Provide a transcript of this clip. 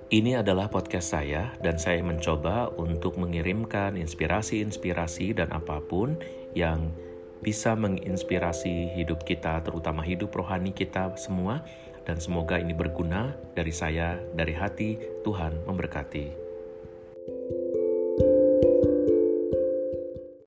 Ini adalah podcast saya dan saya mencoba untuk mengirimkan inspirasi-inspirasi dan apapun yang bisa menginspirasi hidup kita, terutama hidup rohani kita semua. Dan semoga ini berguna dari saya, dari hati. Tuhan memberkati.